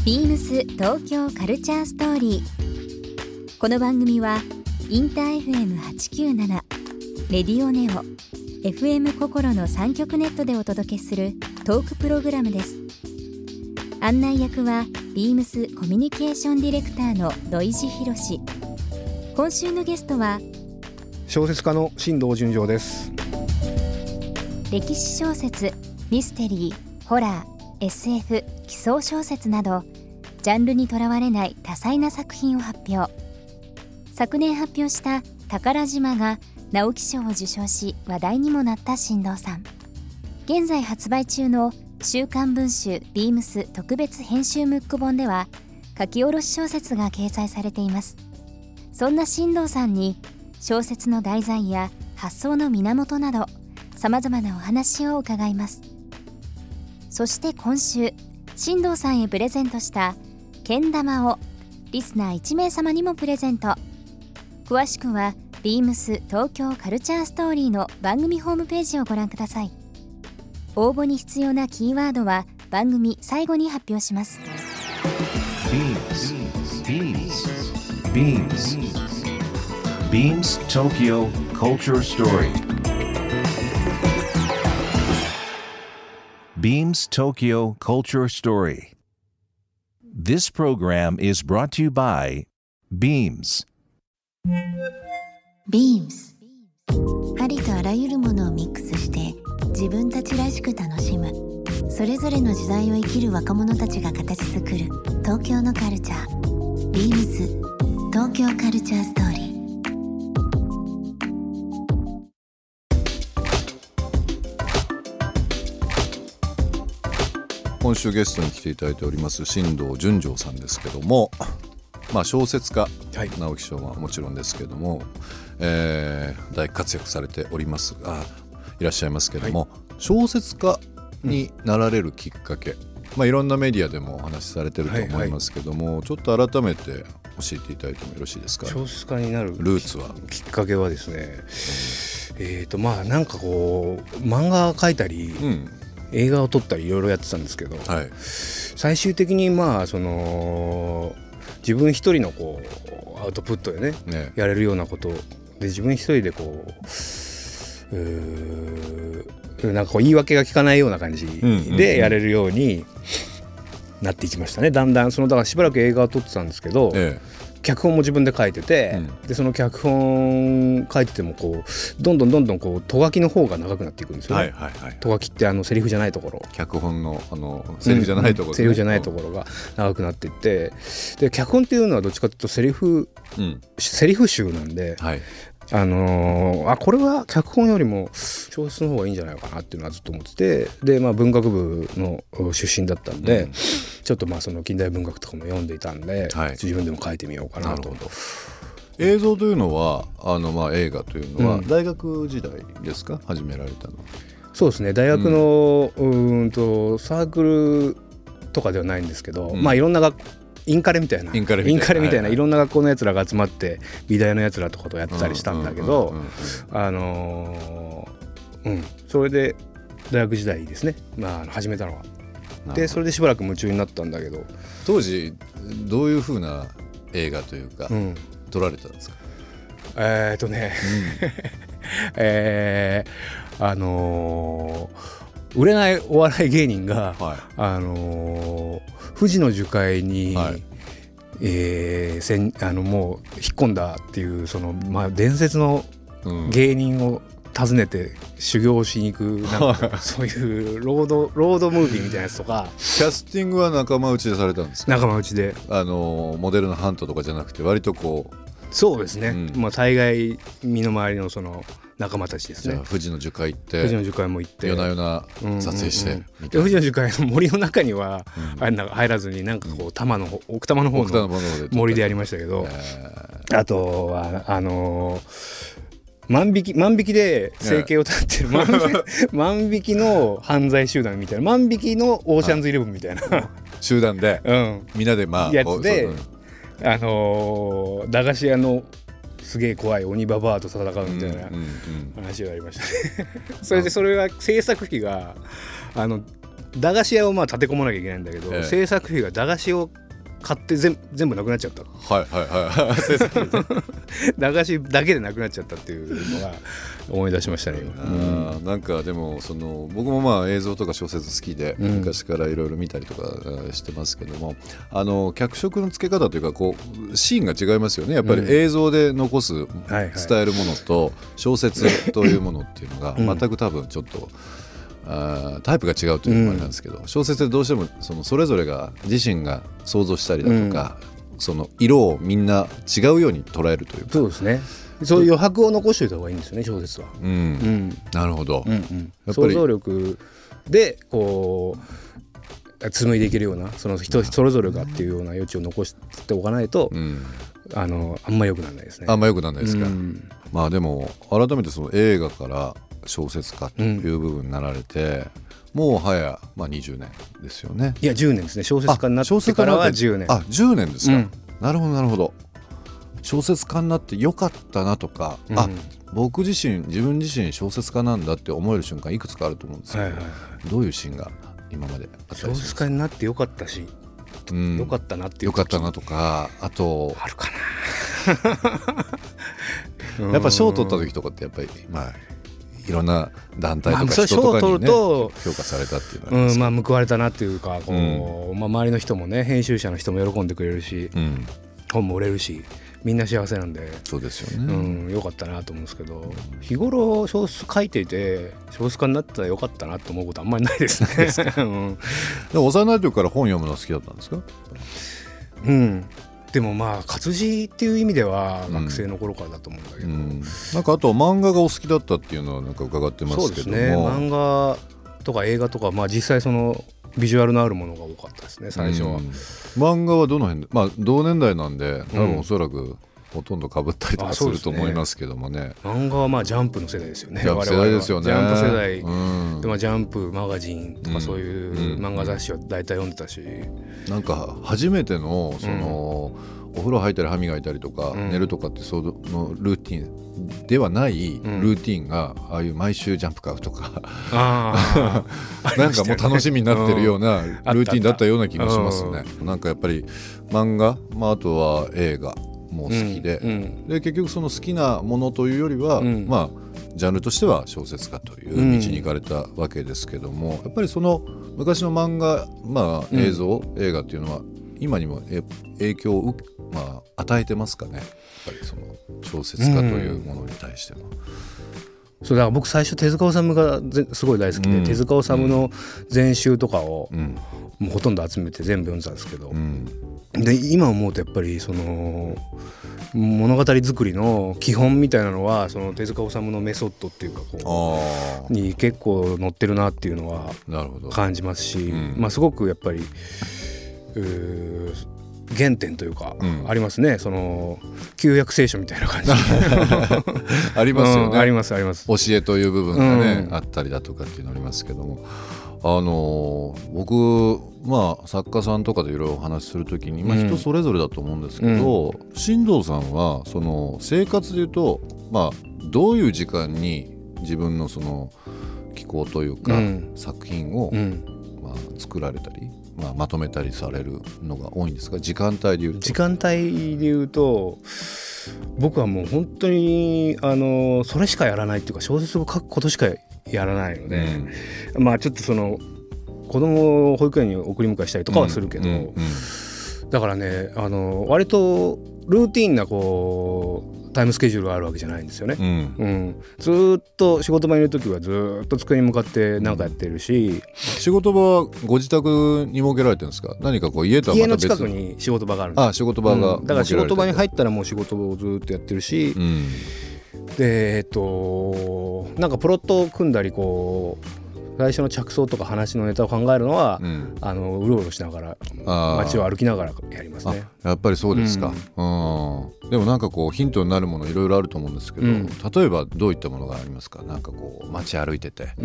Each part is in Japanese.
ビームス東京カルチャーストーリー。この番組はインター FM897 レディオネオ FM 心の3極ネットでお届けするトークプログラムです。案内役はビームスコミュニケーションディレクターの土井博志。今週のゲストは小説家の新藤純情です。 歴史小説、ミステリー、ホラー、SF、奇想小説などジャンルにとらわれない多彩な作品を発表。昨年発表した宝島が直木賞を受賞し話題にもなった新藤さん。現在発売中の週刊文集ビームス特別編集ムック本では書き下ろし小説が掲載されています。そんな新藤さんに小説の題材や発想の源などさまざまなお話を伺います。そして今週新藤さんへプレゼントしたけん玉をリスナー1名様にもプレゼント。詳しくはビームス東京カルチャーストーリーの番組ホームページをご覧ください。応募に必要なキーワードは番組最後に発表します。 Beams Tokyo Culture Story. Beams Tokyo Culture Story. This program is brought to you by Beams. Beams ありとあらゆるものをミックスして自分たちらしく楽しむ、それぞれの時代を生きる若者たちが形作る東京のカルチャー。 Beams 東京カルチャーストーリー。 今週ゲストに来ていただいております新藤純情さんですけども、小説家、直木賞はもちろんですけども、大活躍されておりますがいらっしゃいますけども、小説家になられるきっかけ、いろんなメディアでもお話しされてると思いますけども、ちょっと改めて教えていただいてもよろしいですか。 小説家になるルーツはきっかけはですね、なんかこう漫画描いたり、映画を撮ったりいろいろやってたんですけど、最終的にその自分一人のこうアウトプットでねやれるようなことで、自分一人でこうなんかこう言い訳が聞かないような感じでやれるようになっていきましたね。だんだんだからしばらく映画を撮ってたんですけど、脚本も自分で書いてて、でその脚本書いててもこうどんどんこうとがきの方が長くなっていくんですよね。とがきってセリフじゃないところ、 脚本のセリフじゃないところ、 セリフじゃないところが長くなっていって、で脚本っていうのはどっちかというとセリフ集なんで、これは脚本よりも小説の方がいいんじゃないかなっていうのはずっと思ってて、で、文学部の出身だったんで、ちょっとその近代文学とかも読んでいたんで、自分でも書いてみようかなと。 映像というのは映画というのは大学時代ですか、始められたの。 そうですね、大学の、サークルとかではないんですけど、いろんなインカレみたいな、いろんな学校のやつらが集まって美大のやつらとかとやってたりしたんだけど、それで大学時代ですね、始めたのは。でそれでしばらく夢中になったんだけど、 当時どういう風な映画というか、撮られたんですか。 売れないお笑い芸人が、富士の樹海に、もう引っ込んだっていう伝説の芸人を訪ねて修行しに行くなんかそういうロードムービーみたいなやつとか。 キャスティングは仲間内でされたんですか。 仲間内でモデルのハントとかじゃなくて割とこう。 そうですね、大概身の回りのその仲間たちですね。 じゃあ富士の樹海行って、 富士の樹海も行って夜な夜な撮影して、 で富士の樹海の森の中には入らずに、なんかこう奥多摩の方の森でやりましたけど、あとは万引きで生計を立ってる万引きの犯罪集団みたいな、万引きのオーシャンズイレブンみたいな集団で、みんなでやつで、駄菓子屋のすげえ怖い鬼ババアと戦うみたいな話がありましたねそれが制作費が駄菓子屋をまあ立て込まなきゃいけないんだけど、制作費が駄菓子を買って全部なくなっちゃった。駄菓子だけでなくなっちゃったっていうのが思い出しましたね今。 なんかでも僕もまあ映像とか小説好きで昔からいろいろ見たりとかしてますけども、脚色の付け方というかこうシーンが違いますよねやっぱり。映像で残す伝えるものと小説というものっていうのが全く多分ちょっとタイプが違うというのもあれなんですけど、小説でどうしてもそれぞれが自身が想像したりだとか、その色をみんな違うように捉えるというか。 そうですね。そういう余白を残しておいた方がいいんですよね小説は。 なるほど。やっぱり想像力でこう紡いでいけるようなその人それぞれがっていうような余地を残しておかないと、あんま良くならないですね。 あんま良くならないですか。まあでも改めてその映画から小説家という部分になられて、もう早20年ですよね。 いや10年ですね。小説家になってからは10年。 10年ですか。なるほどなるほど。小説家になってよかったなとか、僕自分自身小説家なんだって思える瞬間いくつかあると思うんですけど、どういうシーンが今まであったりしますか？小説家になってよかったし、よかったなっていうよかったなとか、あとあるかなやっぱ賞を取った時とかってやっぱりいろんな団体とか人とかにね、評価されたっていうのは報われたなっていうか周りの人もね編集者の人も喜んでくれるし、本も売れるしみんな幸せなんで。そうですよね。よかったなと思うんですけど、日頃小説書いていて小説家になったらよかったなと思うことあんまりないですね。 でも幼い時から本読むの好きだったんですか？ でも活字っていう意味では学生の頃からだと思うんだけど、 なんかあと漫画がお好きだったっていうのはなんか伺ってますけども。そうですね。 漫画とか映画とか、実際そのビジュアルのあるものが多かったですね最初は。 漫画はどの辺で、同年代なんで多分おそらくほとんど被ったりとかすると思いますけどもね。 漫画はジャンプの世代ですよね。 ジャンプ世代ですよね。 ジャンプ世代で、ジャンプマガジンとかそういう漫画雑誌は大体読んでたし、 なんか初めてのお風呂入ったり歯磨いたりとか寝るとかってそのルーティンではないルーティンがああいう毎週ジャンプ買うとかなんかもう楽しみになってるようなルーティンだったような気がしますね。なんかやっぱり漫画、あとは映画も好きで、で結局その好きなものというよりは、ジャンルとしては小説家という道に行かれたわけですけども、やっぱりその昔の漫画、映像、映画っていうのは今にも影響を与えてますかね。やっぱりその小説家というものに対しても。 そうだから僕最初手塚治虫がすごい大好きで、手塚治虫の全集とかをもうほとんど集めて全部読んでたんですけど、で今思うとやっぱりその物語作りの基本みたいなのはその手塚治虫のメソッドっていうかに結構載ってるなっていうのは感じますし、すごくやっぱり原点というか、ありますね。その旧約聖書みたいな感じありますよね。 ありますあります。 教えという部分がね、あったりだとかっていうのありますけども、僕作家さんとかでいろいろお話しするときに、人それぞれだと思うんですけど、進藤さんはその生活でいうと、どういう時間に自分のその寄稿というか、作品を、作られたり、まとめたりされるのが多いんですか？時間帯でいうと。 時間帯でいうと僕はもう本当にそれしかやらないっていうか、小説を書くことしかやらないので、ちょっとその子供を保育園に送り迎えしたりとかはするけど、だからね割とルーティンなタイムスケジュールがあるわけじゃないんですよね。ずっと仕事場にいるときはずっと机に向かって何かやってるし、 仕事場はご自宅に設けられてるんですか？何か家とはまた別。 家の近くに仕事場があるんですよ。 仕事場が、 だから仕事場に入ったらもう仕事をずっとやってるし、でなんかプロットを組んだり最初の着想とか話のネタを考えるのは、うろうろしながら街を歩きながらやりますね。 やっぱりそうですか。でもなんかヒントになるものいろいろあると思うんですけど、例えばどういったものがありますか？なんか街歩いてて、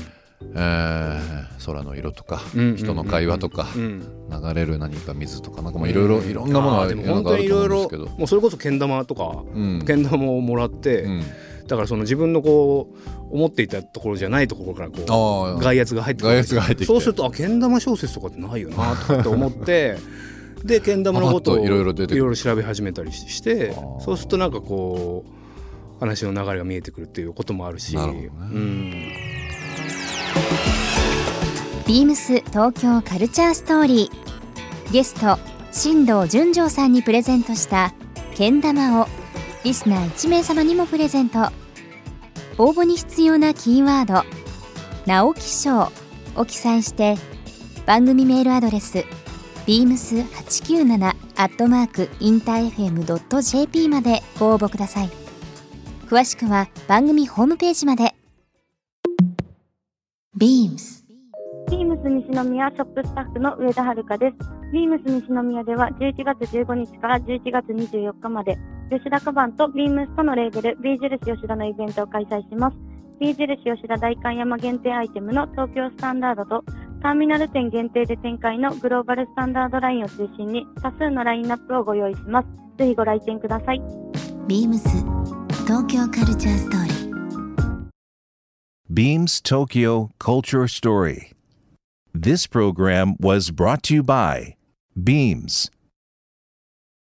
空の色とか、人の会話とか、流れる何か水とか、なんかいろいろいろんなものがあると思うんですけど、 もうそれこそけん玉とか、けん玉をもらって、 だからその自分のこう思っていたところじゃないところからこう外圧が入ってくる。そうするとけん玉小説とかってないよなとかって思ってでけん玉のことをいろいろ調べ始めたりして、そうするとなんかこう話の流れが見えてくるっていうこともあるし。なるほどね。 ビームス東京カルチャーストーリー、ゲスト新藤純丈さんにプレゼントしたけん玉をリスナー1名様にもプレゼント。応募に必要なキーワード直木賞を記載して番組メールアドレス beams897@interfm.jp までご応募ください。詳しくは番組ホームページまで。 BEAMS ビームス西宮ショップスタッフの上田遥です。ビームス西宮では11月15日から11月24日まで吉田カバンとビームスとのレーベル B 印吉田のイベントを開催します。 B 印吉田代官山限定アイテムの東京スタンダードとターミナル店限定で展開のグローバルスタンダードラインを中心に多数のラインナップをご用意します。ぜひご来店ください。 ビームス東京カルチャーストーリー Beams Tokyo Culture Story. This program was brought to you by Beams.